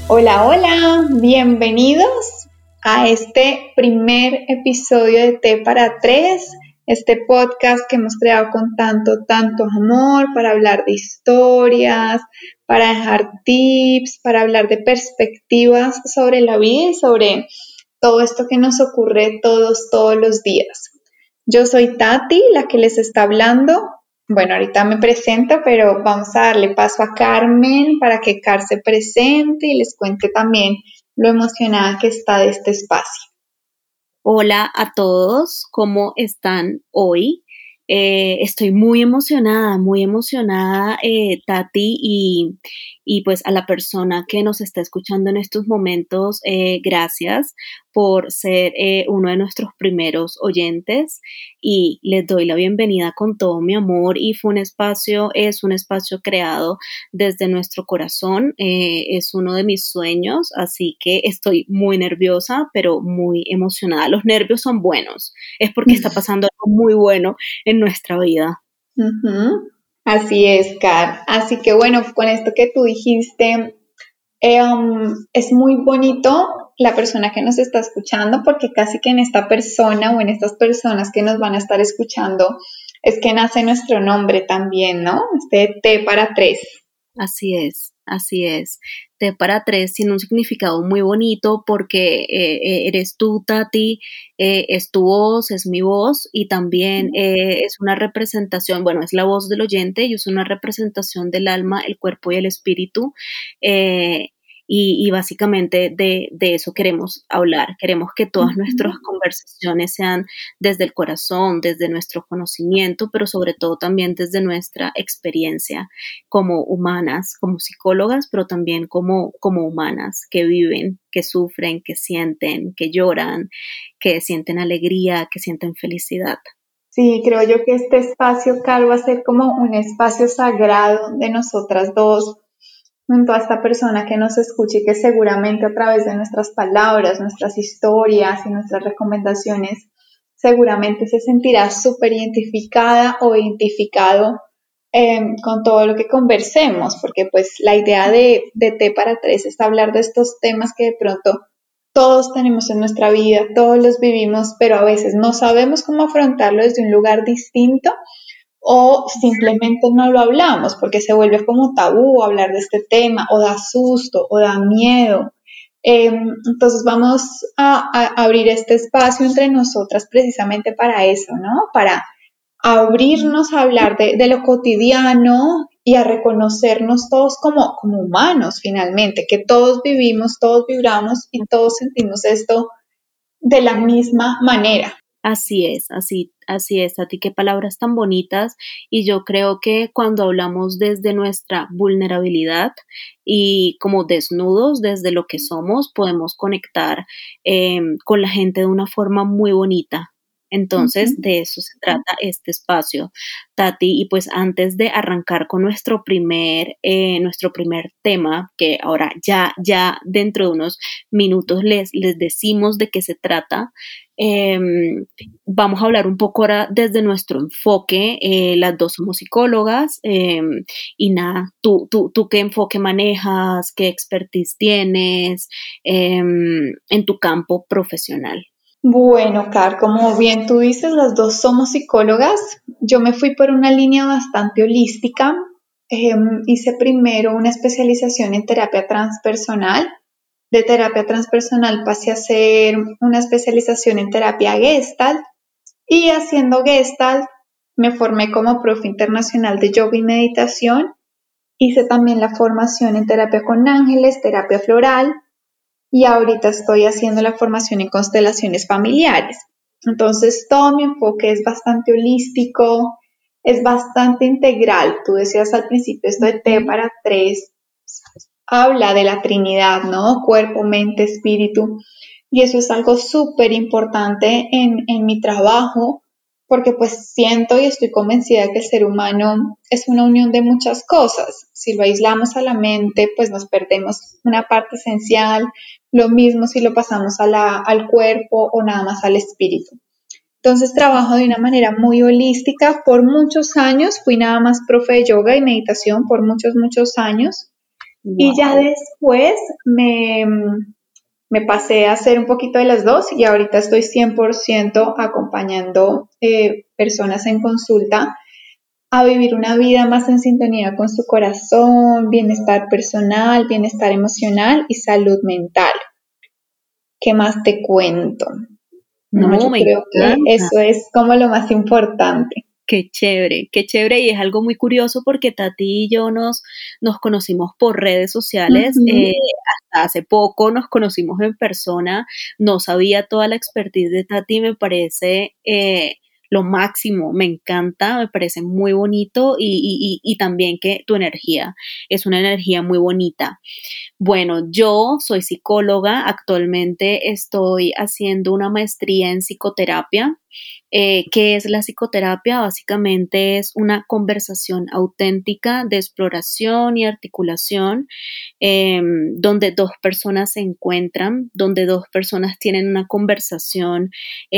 Hola, hola, bienvenidos a este primer episodio de Té para Tres, este podcast que hemos creado con tanto amor para hablar de historias, para dejar tips, para hablar de perspectivas sobre la vida y sobre todo esto que nos ocurre todos los días. Yo soy Tati, la que les está hablando. Bueno, ahorita me presento, pero vamos a darle paso a Carmen para que Car se presente y les cuente también lo emocionada que está de este espacio. Hola a todos, ¿cómo están hoy? Estoy muy emocionada, Tati, y pues a la persona que nos está escuchando en estos momentos, gracias por ser uno de nuestros primeros oyentes y les doy la bienvenida con todo mi amor y es un espacio creado desde nuestro corazón, es uno de mis sueños, así que estoy muy nerviosa, pero muy emocionada. Los nervios son buenos, es porque está pasando algo muy bueno en nuestra vida. Uh-huh. Así es, Car. Así que bueno, con esto que tú dijiste, es muy bonito la persona que nos está escuchando porque casi que en esta persona o en estas personas que nos van a estar escuchando es que nace nuestro nombre también, ¿no? Este T para tres. Así es. T para tres tiene un significado muy bonito porque eres tú, Tati, es tu voz, es mi voz y también es una representación, bueno, es la voz del oyente y es una representación del alma, el cuerpo y el espíritu. eh, y básicamente de eso queremos hablar. Queremos que todas nuestras conversaciones sean desde el corazón, desde nuestro conocimiento, pero sobre todo también desde nuestra experiencia como humanas, como psicólogas, pero también como humanas que viven, que sufren, que sienten, que lloran, que sienten alegría, que sienten felicidad. Sí, creo yo que este espacio, Car, va a ser como un espacio sagrado de nosotras dos, junto a esta persona que nos escuche y que seguramente a través de nuestras palabras, nuestras historias y nuestras recomendaciones, seguramente se sentirá súper identificada o identificado con todo lo que conversemos, porque pues la idea de T para Tres es hablar de estos temas que de pronto todos tenemos en nuestra vida, todos los vivimos, pero a veces no sabemos cómo afrontarlo desde un lugar distinto o simplemente no lo hablamos porque se vuelve como tabú hablar de este tema o da susto o da miedo. Entonces vamos a abrir este espacio entre nosotras precisamente para eso, ¿no? Para abrirnos a hablar de lo cotidiano y a reconocernos todos como humanos finalmente, que todos vivimos, todos vibramos y todos sentimos esto de la misma manera. Así es, a ti qué palabras tan bonitas y yo creo que cuando hablamos desde nuestra vulnerabilidad y como desnudos desde lo que somos, podemos conectar con la gente de una forma muy bonita. Entonces, Uh-huh. de eso se trata este espacio, Tati. Y pues antes de arrancar con nuestro primer tema, que ahora ya dentro de unos minutos les decimos de qué se trata, eh, vamos a hablar un poco ahora desde nuestro enfoque. Las dos somos psicólogas y nada, tú qué enfoque manejas, qué expertise tienes en tu campo profesional. Bueno, Car, como bien tú dices, las dos somos psicólogas. Yo me fui por una línea bastante holística. Hice primero una especialización en terapia transpersonal. De terapia transpersonal pasé a hacer una especialización en terapia Gestalt y haciendo Gestalt me formé como profe internacional de yoga y meditación. Hice también la formación en terapia con ángeles, terapia floral y ahorita estoy haciendo la formación en constelaciones familiares. Entonces, todo mi enfoque es bastante holístico, es bastante integral. Tú decías al principio esto de T para tres, habla de la Trinidad, ¿no? Cuerpo, mente, espíritu. Y eso es algo súper importante en mi trabajo, porque pues siento y estoy convencida de que el ser humano es una unión de muchas cosas. Si lo aislamos a la mente, pues nos perdemos una parte esencial. Lo mismo si lo pasamos al cuerpo o nada más al espíritu. Entonces trabajo de una manera muy holística. Por muchos años fui nada más profe de yoga y meditación por muchos años. Y ya Wow. después me pasé a hacer un poquito de las dos y ahorita estoy 100% acompañando personas en consulta a vivir una vida más en sintonía con su corazón, bienestar personal, bienestar emocional y salud mental. ¿Qué más te cuento? No, No, yo me creo que encanta. eso es como lo más importante. Qué chévere y es algo muy curioso porque Tati y yo nos conocimos por redes sociales, Ujú. hasta hace poco nos conocimos en persona, no sabía toda la expertise de Tati, me parece lo máximo, me encanta, me parece muy bonito y también que tu energía es una energía muy bonita. Bueno, yo soy psicóloga, actualmente estoy haciendo una maestría en psicoterapia. ¿Qué es la psicoterapia? Básicamente es una conversación auténtica de exploración y articulación, donde dos personas se encuentran, donde dos personas tienen una conversación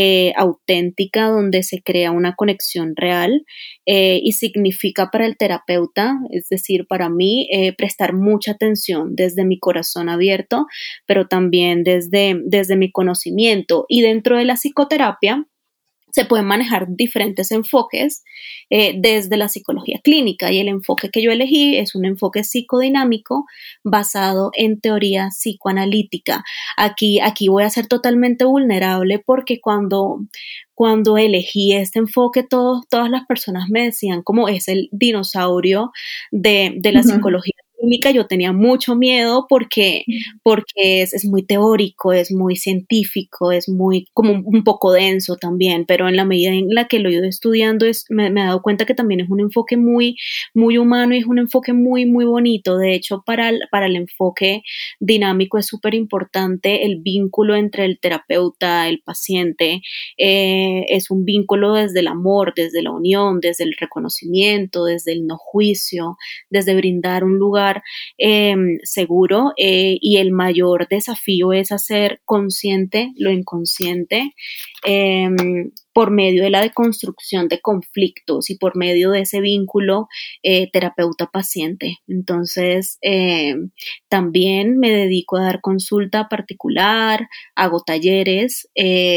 auténtica, donde se crea una conexión real y significa para el terapeuta, es decir, para mí, prestar mucha atención desde mi corazón abierto, pero también desde mi conocimiento. Y dentro de la psicoterapia, se pueden manejar diferentes enfoques desde la psicología clínica y el enfoque que yo elegí es un enfoque psicodinámico basado en teoría psicoanalítica. Aquí voy a ser totalmente vulnerable porque cuando elegí este enfoque, todas las personas me decían como es el dinosaurio de la Ujú. psicología clínica. Yo tenía mucho miedo porque es muy teórico, es muy científico, es muy como un poco denso también, pero en la medida en la que lo he ido estudiando me he dado cuenta que también es un enfoque muy humano y es un enfoque muy bonito. De hecho, para el enfoque dinámico es súper importante el vínculo entre el terapeuta, el paciente, es un vínculo desde el amor, desde la unión, desde el reconocimiento, desde el no juicio, desde brindar un lugar seguro y el mayor desafío es hacer consciente lo inconsciente eh, por medio de la deconstrucción de conflictos y por medio de ese vínculo terapeuta-paciente. Entonces, también me dedico a dar consulta particular, hago talleres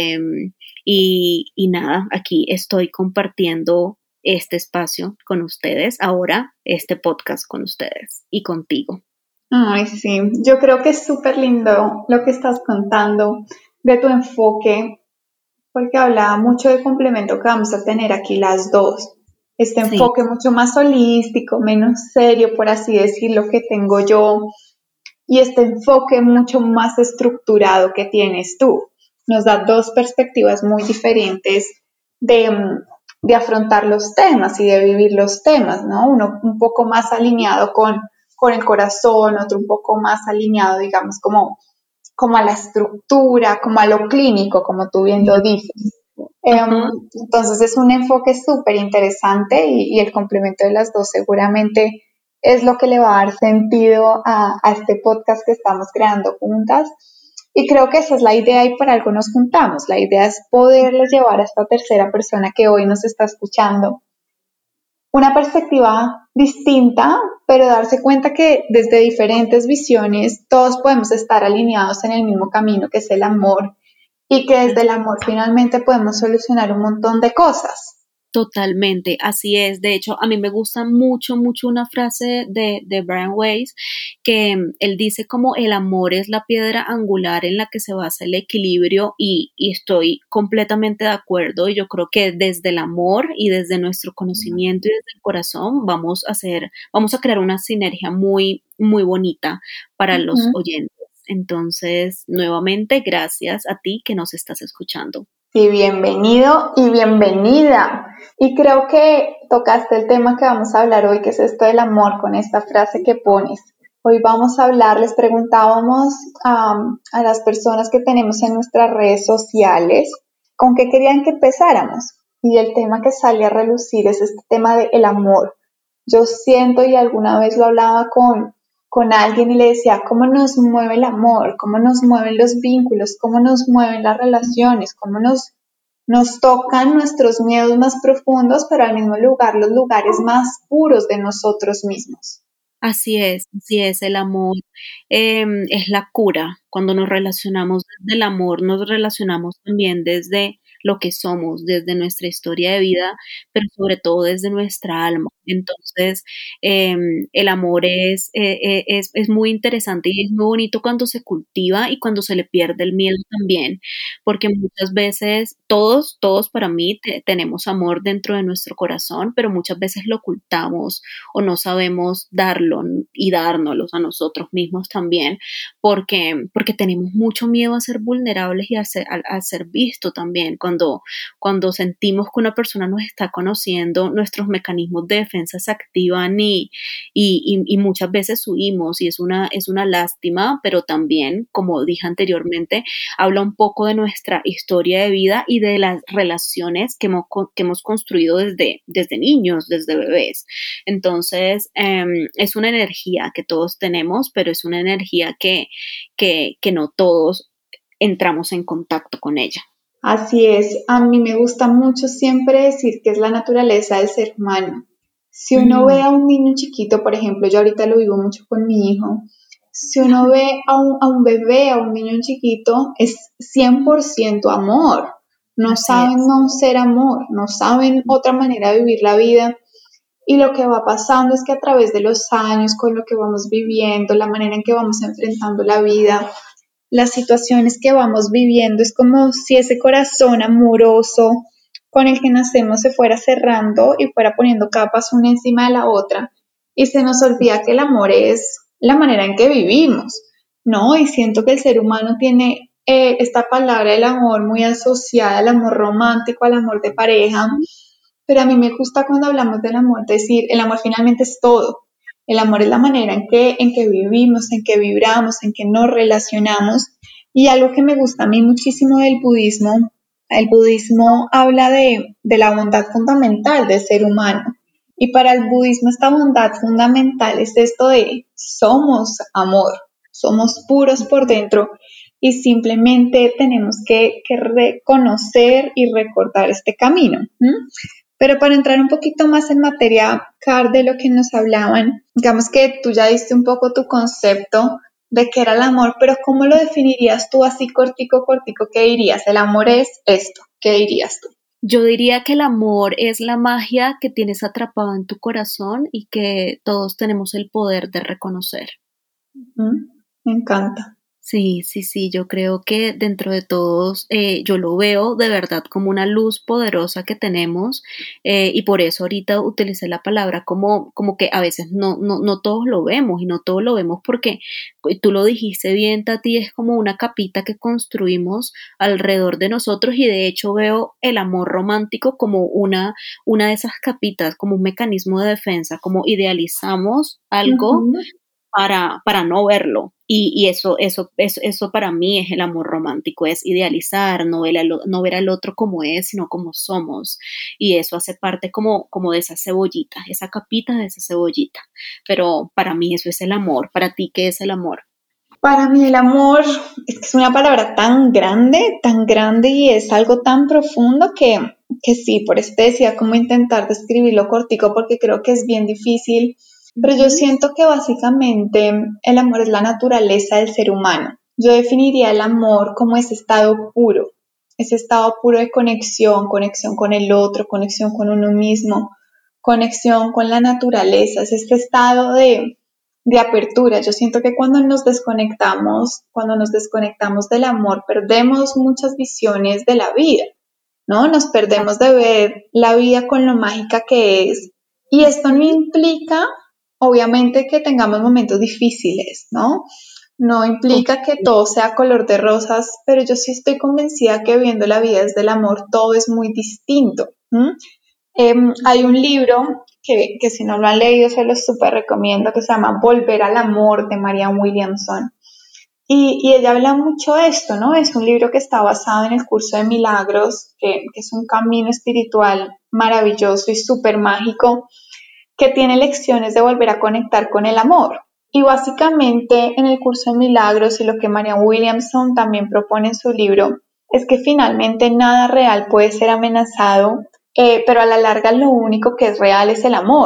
y nada, aquí estoy compartiendo este espacio con ustedes, ahora este podcast con ustedes y contigo. Ay, sí, yo creo que es súper lindo lo que estás contando de tu enfoque, porque hablaba mucho de complemento que vamos a tener aquí las dos. Este Sí, enfoque mucho más holístico, menos serio, por así decirlo, que tengo yo, y este enfoque mucho más estructurado que tienes tú. Nos da dos perspectivas muy diferentes de, de afrontar los temas y de vivir los temas, ¿no? Uno un poco más alineado con el corazón, otro un poco más alineado, digamos, como a la estructura, como a lo clínico, como tú bien lo dices. ajá. Entonces es un enfoque súper interesante y el complemento de las dos seguramente es lo que le va a dar sentido a este podcast que estamos creando juntas. Y creo que esa es la idea y para algo nos juntamos. La idea es poderles llevar a esta tercera persona que hoy nos está escuchando una perspectiva distinta, pero darse cuenta que desde diferentes visiones todos podemos estar alineados en el mismo camino que es el amor y que desde el amor finalmente podemos solucionar un montón de cosas. Totalmente, así es. De hecho, a mí me gusta mucho una frase de Brian Weiss que él dice como el amor es la piedra angular en la que se basa el equilibrio y estoy completamente de acuerdo. Y yo creo que desde el amor y desde nuestro conocimiento y desde el corazón vamos a crear una sinergia muy bonita para los Uh-huh. oyentes. Entonces, nuevamente, gracias a ti que nos estás escuchando. Y bienvenido y bienvenida. Y creo que tocaste el tema que vamos a hablar hoy, que es esto del amor, con esta frase que pones. Hoy vamos a hablar, les preguntábamos a las personas que tenemos en nuestras redes sociales con qué querían que empezáramos. Y el tema que sale a relucir es este tema del amor. Yo siento, y alguna vez lo hablaba con alguien y le decía, ¿cómo nos mueve el amor? ¿Cómo nos mueven los vínculos? ¿Cómo nos mueven las relaciones? ¿Cómo nos tocan nuestros miedos más profundos, pero al mismo lugar los lugares más puros de nosotros mismos? Así es, el amor es la cura. Cuando nos relacionamos desde el amor, nos relacionamos también desde lo que somos, desde nuestra historia de vida, pero sobre todo desde nuestra alma. Entonces, el amor es muy interesante y es muy bonito cuando se cultiva y cuando se le pierde el miedo también, porque muchas veces todos para mí tenemos amor dentro de nuestro corazón, pero muchas veces lo ocultamos o no sabemos darlo y dárnoslos a nosotros mismos también, porque tenemos mucho miedo a ser vulnerables y a ser visto también. Cuando sentimos que una persona nos está conociendo, nuestros mecanismos de defensa se activan y muchas veces huimos y es una lástima, pero también, como dije anteriormente, habla un poco de nuestra historia de vida y de las relaciones que hemos construido desde niños, desde bebés. Entonces, es una energía que todos tenemos, pero es una energía que no todos entramos en contacto con ella. Así es, a mí me gusta mucho siempre decir que es la naturaleza del ser humano. Si uno ve Mm, a un niño chiquito, por ejemplo, yo ahorita lo vivo mucho con mi hijo, si uno ve a un bebé, a un niño chiquito, es 100% amor. No así saben es. no ser amor, no saben otra manera de vivir la vida. Y lo que va pasando es que a través de los años, con lo que vamos viviendo, la manera en que vamos enfrentando la vida, las situaciones que vamos viviendo, es como si ese corazón amoroso con el que nacemos se fuera cerrando y fuera poniendo capas una encima de la otra. Y se nos olvida que el amor es la manera en que vivimos, ¿no? Y siento que el ser humano tiene esta palabra del amor muy asociada al amor romántico, al amor de pareja, pero a mí me gusta cuando hablamos del amor decir, el amor finalmente es todo. El amor es la manera en que vivimos, en que vibramos, en que nos relacionamos. Y algo que me gusta a mí muchísimo del budismo, el budismo habla de la bondad fundamental del ser humano. Y para el budismo esta bondad fundamental es esto de somos amor, somos puros por dentro y simplemente tenemos que reconocer y recordar este camino. Pero para entrar un poquito más en materia, Car, de lo que nos hablaban, digamos que tú ya diste un poco tu concepto de qué era el amor, pero ¿cómo lo definirías tú así cortico, cortico? ¿Qué dirías? El amor es esto. ¿Qué dirías tú? Yo diría que el amor es la magia que tienes atrapada en tu corazón y que todos tenemos el poder de reconocer. Me encanta. Sí, sí, sí, yo creo que dentro de todos, yo lo veo de verdad como una luz poderosa que tenemos, y por eso ahorita utilicé la palabra como que a veces no todos lo vemos y no todos lo vemos porque tú lo dijiste bien, Tati, es como una capita que construimos alrededor de nosotros y de hecho veo el amor romántico como una de esas capitas, como un mecanismo de defensa, como idealizamos algo Ujú. para no verlo. Y eso para mí es el amor romántico, es idealizar, no ver al otro como es, sino como somos. Y eso hace parte como de esa cebollita, esa capita de esa cebollita. Pero para mí eso es el amor. ¿Para ti qué es el amor? Para mí el amor es que es una palabra tan grande y es algo tan profundo que sí, por eso te decía cómo intentar describirlo cortico porque creo que es bien difícil, pero yo Ujú. siento que básicamente el amor es la naturaleza del ser humano. Yo definiría el amor como ese estado puro de conexión, conexión con el otro, conexión con uno mismo, conexión con la naturaleza, es este estado de apertura. Yo siento que cuando nos desconectamos del amor, perdemos muchas visiones de la vida, ¿no? Nos perdemos de ver la vida con lo mágica que es. Y esto no implica, obviamente, que tengamos momentos difíciles, ¿no? No implica que todo sea color de rosas, pero yo sí estoy convencida que viendo la vida desde el amor todo es muy distinto. Hay un libro que si no lo han leído se los súper recomiendo que se llama Volver al Amor de Marianne Williamson. Y ella habla mucho de esto, ¿no? Es un libro que está basado en el curso de milagros, que es un camino espiritual maravilloso y súper mágico, que tiene lecciones de volver a conectar con el amor. Y básicamente en el curso de milagros y lo que Marianne Williamson también propone en su libro es que finalmente nada real puede ser amenazado, pero a la larga lo único que es real es el amor.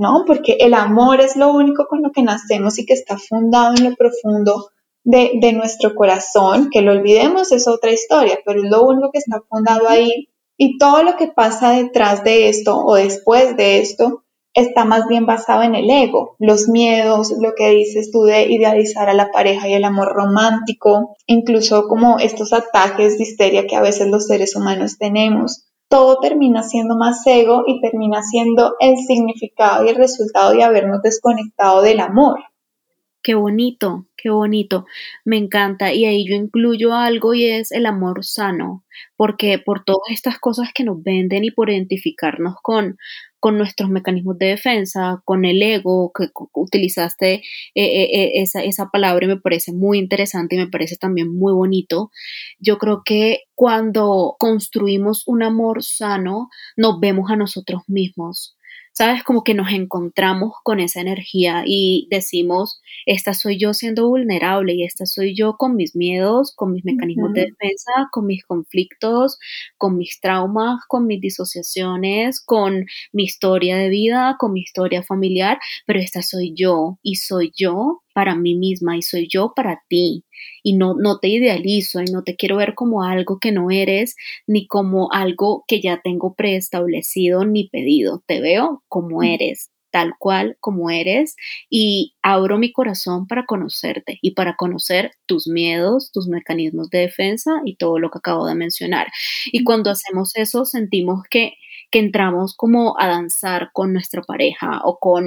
¿no? Porque el amor es lo único con lo que nacemos y que está fundado en lo profundo de nuestro corazón. Que lo olvidemos es otra historia, pero es lo único que está fundado ahí. Y todo lo que pasa detrás de esto o después de esto está más bien basado en el ego, los miedos, lo que dices tú de idealizar a la pareja y el amor romántico, incluso como estos ataques de histeria que a veces los seres humanos tenemos. Todo termina siendo más ego y termina siendo el significado y el resultado de habernos desconectado del amor. Qué bonito, me encanta. Y ahí yo incluyo algo y es el amor sano, porque por todas estas cosas que nos venden y por identificarnos con nuestros mecanismos de defensa, con el ego, que utilizaste esa palabra y me parece muy interesante y me parece también muy bonito. Yo creo que cuando construimos un amor sano, nos vemos a nosotros mismos. ¿Sabes? Como que nos encontramos con esa energía y decimos, esta soy yo siendo vulnerable y esta soy yo con mis miedos, con mis mecanismos de Uh-huh. defensa, con mis conflictos, con mis traumas, con mis disociaciones, con mi historia de vida, con mi historia familiar, pero esta soy yo y soy yo para mí misma y soy yo para ti y no te idealizo y no te quiero ver como algo que no eres ni como algo que ya tengo preestablecido ni pedido, te veo como eres, tal cual como eres y abro mi corazón para conocerte y para conocer tus miedos, tus mecanismos de defensa y todo lo que acabo de mencionar. Y cuando hacemos eso sentimos que entramos como a danzar con nuestra pareja o con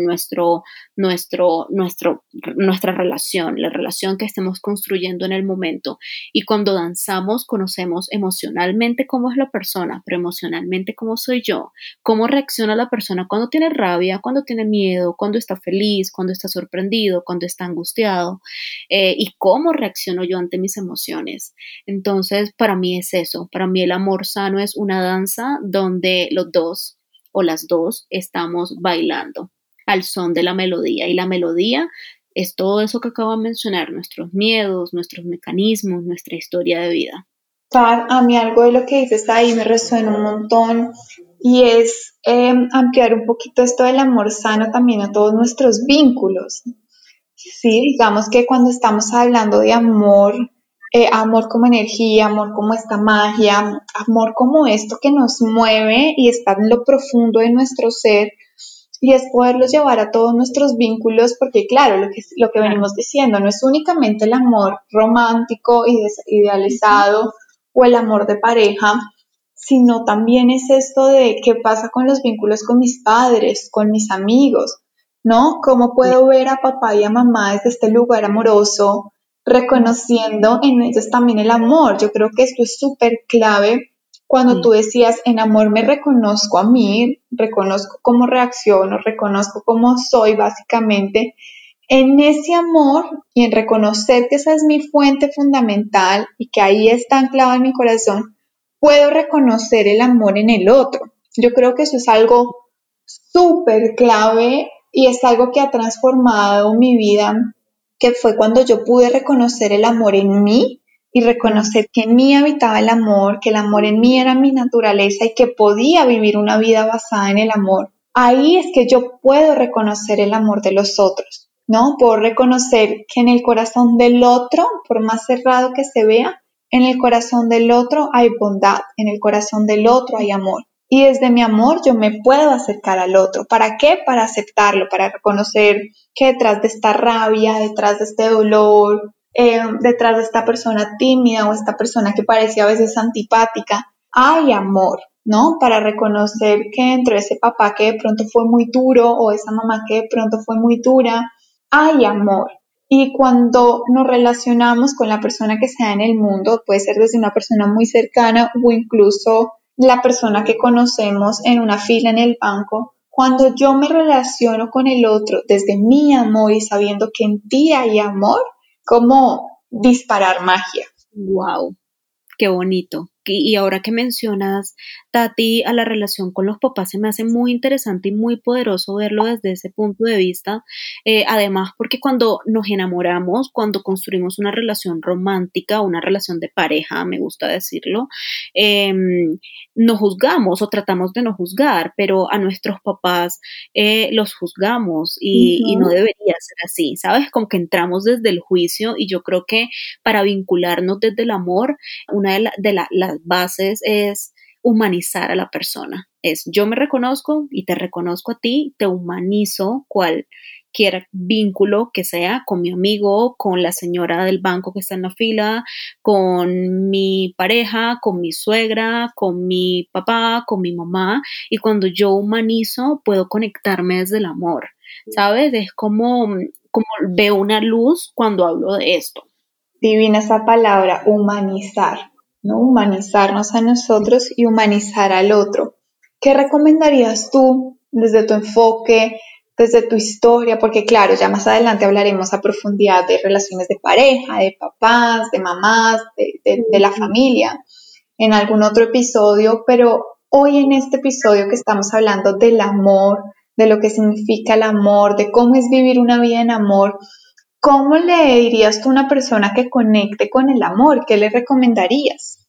nuestra relación, la relación que estemos construyendo en el momento. Y cuando danzamos, conocemos emocionalmente cómo es la persona, pero emocionalmente cómo soy yo, cómo reacciona la persona cuando tiene rabia, cuando tiene miedo, cuando está feliz, cuando está sorprendido, cuando está angustiado, y cómo reacciono yo ante mis emociones. Entonces, para mí es eso, para mí el amor sano es una danza donde los dos o las dos estamos bailando al son de la melodía y la melodía es todo eso que acabo de mencionar, nuestros miedos, nuestros mecanismos, nuestra historia de vida. A mí algo de lo que dices ahí me resuena un montón y es ampliar un poquito esto del amor sano también a todos nuestros vínculos. Sí, digamos que cuando estamos hablando de amor, amor como energía, amor como esta magia, amor como esto que nos mueve y está en lo profundo de nuestro ser, y es poderlos llevar a todos nuestros vínculos, porque claro, lo que Claro. venimos diciendo no es únicamente el amor romántico y idealizado o el amor de pareja, sino también es esto de qué pasa con los vínculos con mis padres, con mis amigos, ¿no? ¿Cómo puedo ver a papá y a mamá desde este lugar amoroso, reconociendo en ellos también el amor? Yo creo que esto es súper clave cuando tú Sí. decías, en amor me reconozco a mí, reconozco cómo reacciono, reconozco cómo soy básicamente, en ese amor y en reconocer que esa es mi fuente fundamental y que ahí está anclado en mi corazón, puedo reconocer el amor en el otro. Yo creo que eso es algo súper clave y es algo que ha transformado mi vida, que fue cuando yo pude reconocer el amor en mí y Claro. reconocer que en mí habitaba el amor, que el amor en mí era mi naturaleza y que podía vivir una vida basada en el amor. Ahí es que yo puedo reconocer el amor de los otros, ¿no? Puedo reconocer que en el corazón del otro, por más cerrado que se vea, en el corazón del otro hay bondad, en el corazón del otro hay amor. Y desde mi amor yo me puedo acercar al otro. ¿Para qué? Para aceptarlo, para reconocer que detrás de esta rabia, detrás de este dolor, detrás de esta persona tímida o esta persona que parece a veces antipática, hay amor, ¿no? Para reconocer que dentro de ese papá que de pronto fue muy duro o esa mamá que de pronto fue muy dura, hay amor. Y cuando nos relacionamos con la persona que sea en el mundo, puede ser desde una persona muy cercana o incluso la persona que conocemos en una fila en el banco, cuando yo me relaciono con el otro desde mi amor y sabiendo que en ti hay amor, como disparar magia. Wow, qué bonito. y ahora que mencionas, Tati, a la relación con los papás, se me hace muy interesante y muy poderoso verlo desde ese punto de vista. Además, porque cuando nos enamoramos, cuando construimos una relación romántica, una relación de pareja, me gusta decirlo, no juzgamos o tratamos de no juzgar, pero a nuestros papás los juzgamos y no Ujú. debería ser así, ¿sabes? Como que entramos desde el juicio y yo creo que para vincularnos desde el amor, una de las bases es humanizar a la persona. Es yo me reconozco y te reconozco a ti, te humanizo cualquier vínculo que sea con mi amigo, con la señora del banco que está en la fila, con mi pareja, con mi suegra, con mi papá, con mi mamá. Y cuando yo humanizo, puedo conectarme desde el amor, ¿sabes? Es como veo una luz cuando hablo de esto. Divina esa palabra, humanizar, ¿no? Humanizarnos a nosotros y humanizar al otro. ¿Qué recomendarías tú desde tu enfoque, desde tu historia? Porque claro, ya más adelante hablaremos a profundidad de relaciones de pareja, de papás, de mamás, de la familia, en algún otro episodio, pero hoy en este episodio que estamos hablando del amor, de lo que significa el amor, de cómo es vivir una vida en amor, ¿cómo le dirías tú a una persona que conecte con el amor? ¿Qué le recomendarías?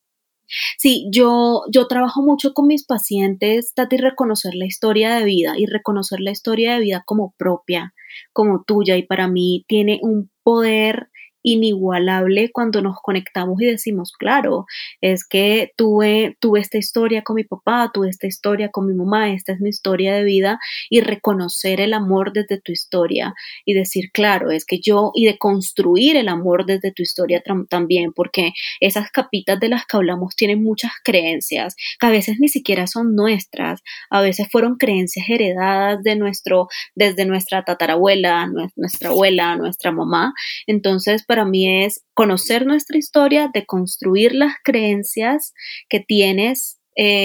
Sí, yo trabajo mucho con mis pacientes, Tati, reconocer la historia de vida y reconocer la historia de vida como propia, como tuya, y para mí tiene un poder inigualable cuando nos conectamos y decimos, claro, es que tuve esta historia con mi papá, tuve esta historia con mi mamá, esta es mi historia de vida, y reconocer el amor desde tu historia y decir, claro, es que y de construir el amor desde tu historia también, porque esas capitas de las que hablamos tienen muchas creencias que a veces ni siquiera son nuestras, a veces fueron creencias heredadas desde nuestra tatarabuela, nuestra abuela, nuestra mamá. Entonces, para mí es conocer nuestra historia, de construir las creencias que tienes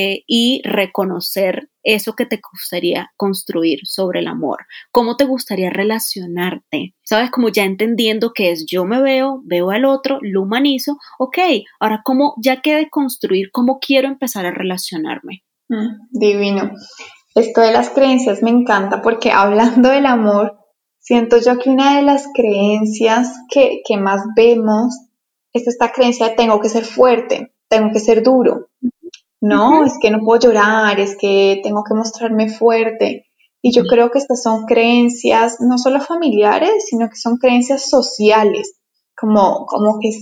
y reconocer eso que te gustaría construir sobre el amor. ¿Cómo te gustaría relacionarte? ¿Sabes? Como ya entendiendo que es yo me veo al otro, lo humanizo, ok, ahora cómo ya que de construir, cómo quiero empezar a relacionarme. Divino. Esto de las creencias me encanta porque hablando del amor, siento yo que una de las creencias que más vemos es esta creencia de tengo que ser fuerte, tengo que ser duro. No, Ujú. es que no puedo llorar, es que tengo que mostrarme fuerte. Y yo creo que estas son creencias no solo familiares, sino que son creencias sociales, como que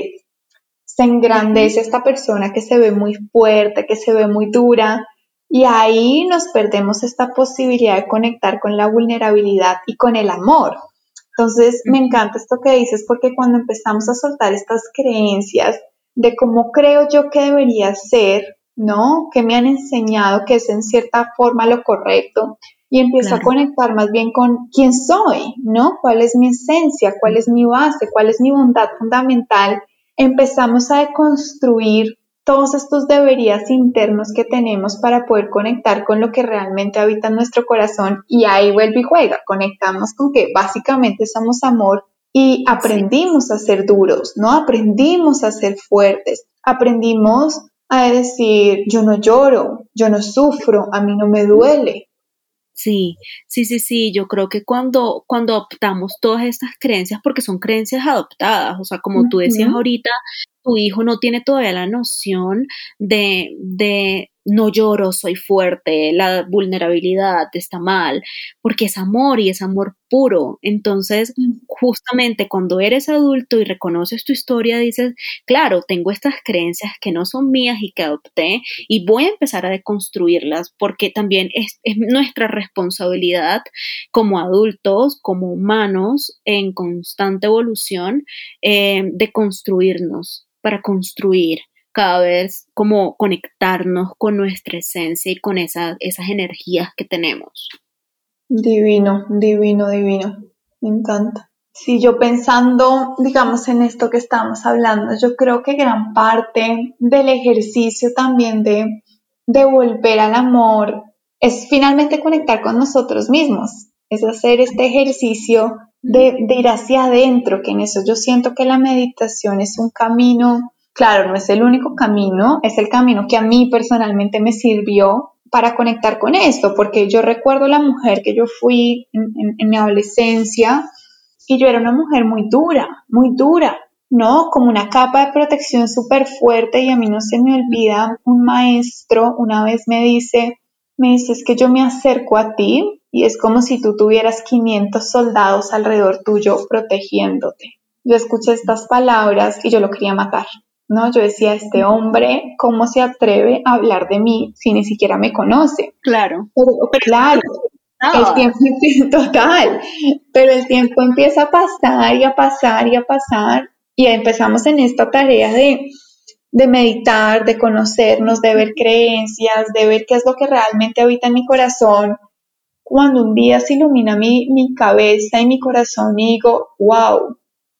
se Ujú. engrandece esta persona que se ve muy fuerte, que se ve muy dura, y ahí nos perdemos esta posibilidad de conectar con la vulnerabilidad y con el amor. Entonces, me Ujú. encanta esto que dices porque cuando empezamos a soltar estas creencias de cómo creo yo que debería ser, ¿no? Que me han enseñado que es en cierta forma lo correcto y empiezo a Claro. conectar más bien con quién soy, ¿no? ¿Cuál es mi esencia? ¿Cuál es mi base? ¿Cuál es mi bondad fundamental? Empezamos a deconstruir todos estos deberías internos que tenemos para poder conectar con lo que realmente habita en nuestro corazón y ahí vuelve y juega, conectamos con que básicamente somos amor y Sí. aprendimos a ser duros, ¿no? Aprendimos a ser fuertes, aprendimos a decir yo no lloro, yo no sufro, a mí no me duele. Sí, sí, yo creo que cuando adoptamos todas estas creencias, porque son creencias adoptadas, o sea, como tú decías Ujú. ahorita, tu hijo no tiene todavía la noción de no lloro, soy fuerte, la vulnerabilidad está mal, porque es amor y es amor puro. Entonces, justamente cuando eres adulto y reconoces tu historia, dices, claro, tengo estas creencias que no son mías y que adopté y voy a empezar a deconstruirlas porque también es nuestra responsabilidad como adultos, como humanos en constante evolución, de construirnos para construir cada vez como conectarnos con nuestra esencia y con esas energías que tenemos. Divino, divino, divino. Me encanta. Sí, yo pensando, digamos, en esto que estamos hablando, yo creo que gran parte del ejercicio también de volver al amor es finalmente conectar con nosotros mismos, es hacer este ejercicio de ir hacia adentro, que en eso yo siento que la meditación es un camino Claro, no es el único camino, es el camino que a mí personalmente me sirvió para conectar con esto, porque yo recuerdo la mujer que yo fui en mi adolescencia y yo era una mujer muy dura, ¿no? Como una capa de protección súper fuerte y a mí no se me olvida, un maestro una vez me dice, es que yo me acerco a ti y es como si tú tuvieras 500 soldados alrededor tuyo protegiéndote. Yo escuché estas palabras y yo lo quería matar, ¿no? Yo decía, este hombre, ¿cómo se atreve a hablar de mí si ni siquiera me conoce? Claro. Pero Pero claro, el estaba. tiempo total, pero el tiempo empieza a pasar y a pasar y a pasar y empezamos en esta tarea de meditar, de conocernos, de ver creencias, de ver qué es lo que realmente habita en mi corazón. Cuando un día se ilumina mi cabeza y mi corazón y digo, wow,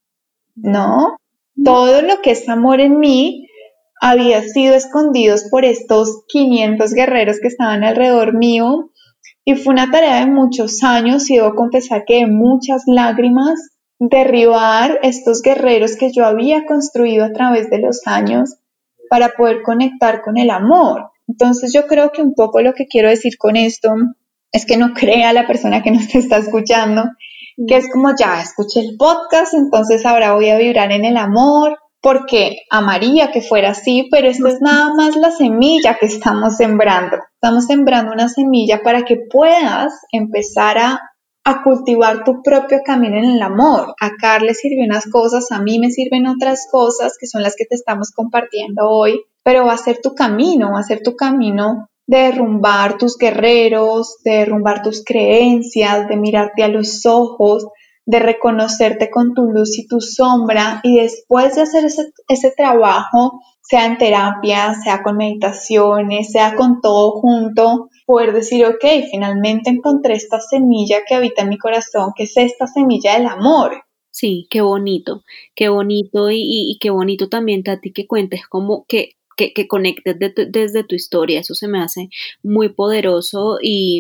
¿no? Todo lo que es amor en mí había sido escondidos por estos 500 guerreros que estaban alrededor mío y fue una tarea de muchos años y debo confesar que de muchas lágrimas derribar estos guerreros que yo había construido a través de los años para poder conectar con el amor. Entonces yo creo que un poco lo que quiero decir con esto es que no crea la persona que nos está escuchando, que es como ya escuché el podcast, entonces ahora voy a vibrar en el amor, porque amaría que fuera así, pero esto es nada más la semilla que estamos sembrando. Estamos sembrando una semilla para que puedas empezar a cultivar tu propio camino en el amor. A Carl le sirven unas cosas, a mí me sirven otras cosas que son las que te estamos compartiendo hoy, pero va a ser tu camino, va a ser tu camino de derrumbar tus guerreros, de derrumbar tus creencias, de mirarte a los ojos, de reconocerte con tu luz y tu sombra y después de hacer ese trabajo, sea en terapia, sea con meditaciones, sea con todo junto, poder decir, ok, finalmente encontré esta semilla que habita en mi corazón, que es esta semilla del amor. Sí, qué bonito y qué bonito también, Tati, que cuentes como que conectes desde tu historia, eso se me hace muy poderoso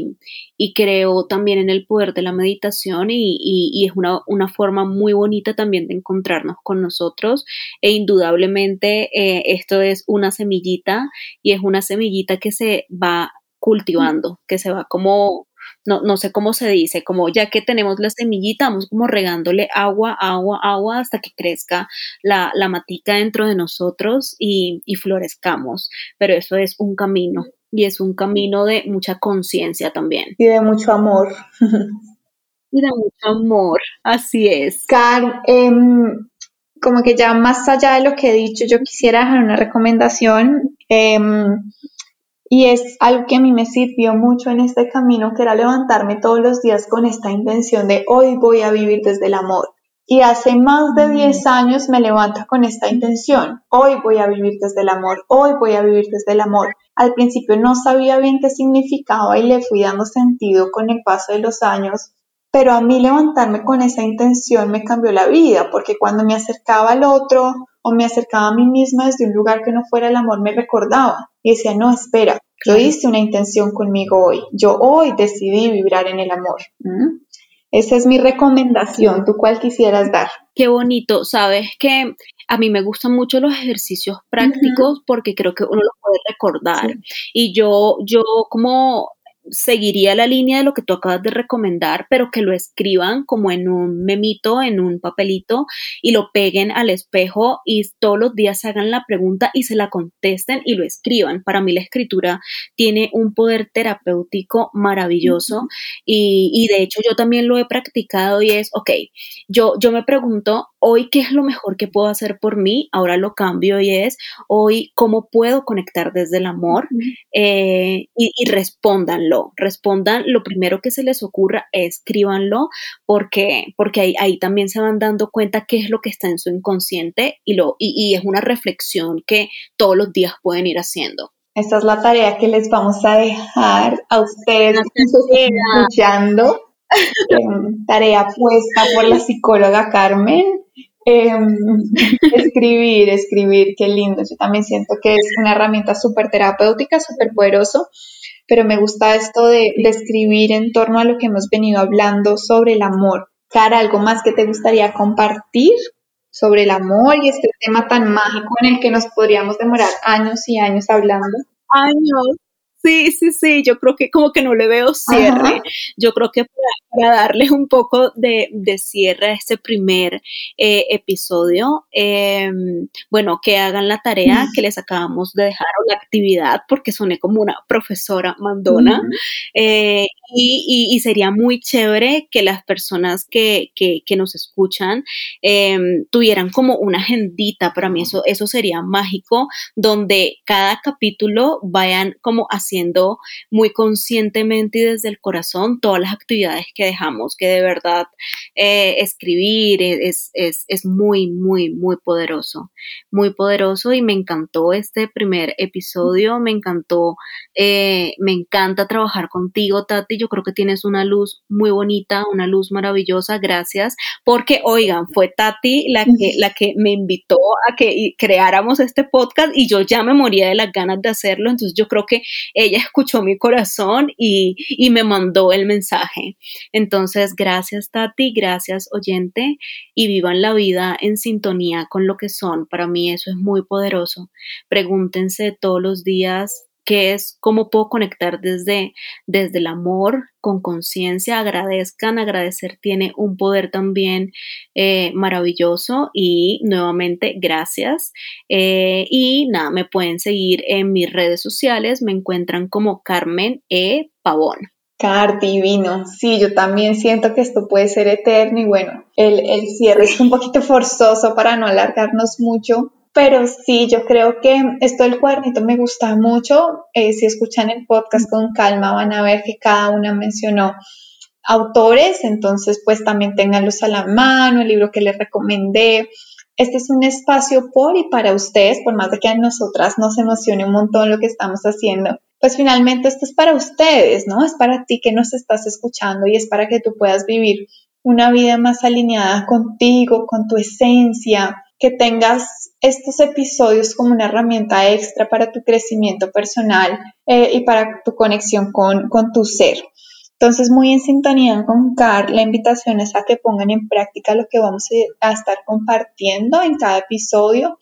y creo también en el poder de la meditación y es una forma muy bonita también de encontrarnos con nosotros e indudablemente esto es una semillita y es una semillita que se va cultivando, que se va como no sé cómo se dice, como ya que tenemos la semillita, vamos como regándole agua, agua, agua hasta que crezca la matica dentro de nosotros y florezcamos. Pero eso es un camino y es un camino de mucha conciencia también. Y de mucho amor. Y de mucho amor, así es. Car, como que ya más allá de lo que he dicho, yo quisiera dejar una recomendación. Y es algo que a mí me sirvió mucho en este camino, que era levantarme todos los días con esta intención de hoy voy a vivir desde el amor. Y hace más de 10 años me levanto con esta intención, hoy voy a vivir desde el amor, hoy voy a vivir desde el amor. Al principio no sabía bien qué significaba y le fui dando sentido con el paso de los años, pero a mí levantarme con esa intención me cambió la vida, porque cuando me acercaba al otro o me acercaba a mí misma desde un lugar que no fuera el amor, me recordaba y decía, no, espera, yo Claro. hice una intención conmigo hoy, yo hoy decidí vibrar en el amor. Esa es mi recomendación, ¿tú cuál quisieras dar? Qué bonito, sabes que a mí me gustan mucho los ejercicios prácticos porque creo que uno los puede recordar. Sí. Y yo como seguiría la línea de lo que tú acabas de recomendar, pero que lo escriban como en un memito, en un papelito y lo peguen al espejo y todos los días se hagan la pregunta y se la contesten y lo escriban. Para mí la escritura tiene un poder terapéutico maravilloso y de hecho yo también lo he practicado y es, ok, yo me pregunto, hoy, ¿qué es lo mejor que puedo hacer por mí? Ahora lo cambio y es, hoy, ¿cómo puedo conectar desde el amor? Y respóndanlo, respondan lo primero que se les ocurra, escríbanlo, porque ahí también se van dando cuenta qué es lo que está en su inconsciente y es una reflexión que todos los días pueden ir haciendo. Esta es la tarea que les vamos a dejar a ustedes Una que nos están tarea. escuchando. Tarea puesta por la psicóloga Carmen. Escribir, qué lindo. Yo también siento que es una herramienta súper terapéutica, súper poderoso, pero me gusta esto de escribir en torno a lo que hemos venido hablando sobre el amor. Cara, ¿algo más que te gustaría compartir? sobre el amor y este tema tan mágico en el que nos podríamos demorar años y años hablando. Años. Sí, yo creo que como que no le veo cierre. Ajá. Yo creo que para darles un poco de cierre a este primer episodio, bueno, que hagan la tarea que les acabamos de dejar o la actividad, porque soné como una profesora mandona, y sería muy chévere que las personas que nos escuchan tuvieran como una agendita. Para mí eso sería mágico, donde cada capítulo vayan como haciendo muy conscientemente y desde el corazón todas las actividades que dejamos, que de verdad escribir es muy, muy, muy poderoso, y me encantó este primer episodio, me encanta trabajar contigo, Tati. Yo creo que tienes una luz muy bonita, una luz maravillosa. Gracias, porque oigan, fue Tati la que me invitó a que creáramos este podcast y yo ya me moría de las ganas de hacerlo. Entonces yo creo que ella escuchó mi corazón y me mandó el mensaje. Entonces, gracias, Tati, gracias, oyente, y vivan la vida en sintonía con lo que son. Para mí eso es muy poderoso. Pregúntense todos los días qué es, cómo puedo conectar desde el amor, con conciencia. Agradezcan, agradecer tiene un poder también maravilloso. Y nuevamente, gracias. Y nada, me pueden seguir en mis redes sociales, me encuentran como Carmen E. Pavón. Car, divino. Sí, yo también siento que esto puede ser eterno y bueno, el cierre es un poquito forzoso para no alargarnos mucho, pero sí, yo creo que esto del cuadernito me gusta mucho. Si escuchan el podcast con calma van a ver que cada una mencionó autores, entonces pues también ténganlos a la mano, el libro que les recomendé. Este es un espacio por y para ustedes, por más de que a nosotras nos emocione un montón lo que estamos haciendo. Pues finalmente esto es para ustedes, ¿no? Es para ti que nos estás escuchando y es para que tú puedas vivir una vida más alineada contigo, con tu esencia, que tengas estos episodios como una herramienta extra para tu crecimiento personal y para tu conexión con tu ser. Entonces, muy en sintonía con Car, la invitación es a que pongan en práctica lo que vamos a estar compartiendo en cada episodio,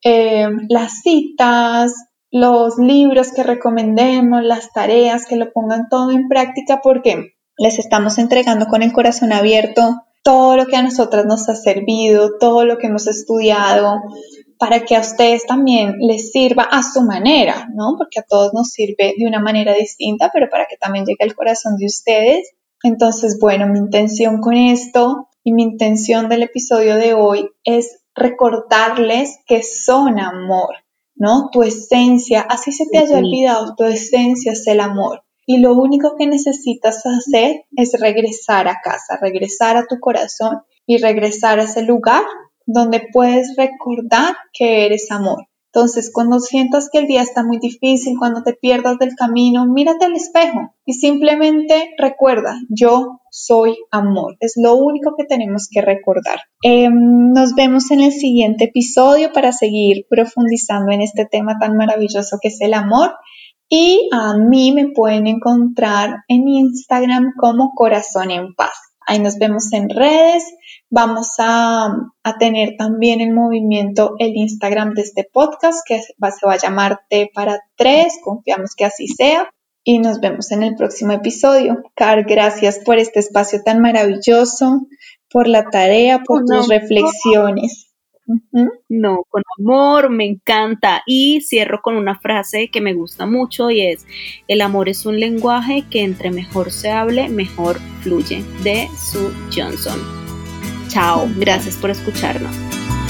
las citas, los libros que recomendemos, las tareas, que lo pongan todo en práctica porque les estamos entregando con el corazón abierto todo lo que a nosotras nos ha servido, todo lo que hemos estudiado, para que a ustedes también les sirva a su manera, ¿no? Porque a todos nos sirve de una manera distinta, pero para que también llegue al corazón de ustedes. Entonces, bueno, mi intención con esto y mi intención del episodio de hoy es recordarles que son amor, ¿no? Tu esencia, así se te haya olvidado, tu esencia es el amor. Y lo único que necesitas hacer es regresar a casa, regresar a tu corazón y regresar a ese lugar donde puedes recordar que eres amor. Entonces, cuando sientas que el día está muy difícil, cuando te pierdas del camino, mírate al espejo y simplemente recuerda, yo soy amor. Es lo único que tenemos que recordar. Nos vemos en el siguiente episodio para seguir profundizando en este tema tan maravilloso que es el amor. Y a mí me pueden encontrar en Instagram como Corazón en Paz. Ahí nos vemos en redes. Vamos a tener también en movimiento el Instagram de este podcast que se va a llamar T para 3. Confiamos que así sea. Y nos vemos en el próximo episodio. Car, gracias por este espacio tan maravilloso, por la tarea, por tus reflexiones. No, con amor, me encanta. Y cierro con una frase que me gusta mucho y es: el amor es un lenguaje que entre mejor se hable, mejor fluye, de Sue Johnson. Chao, gracias por escucharnos.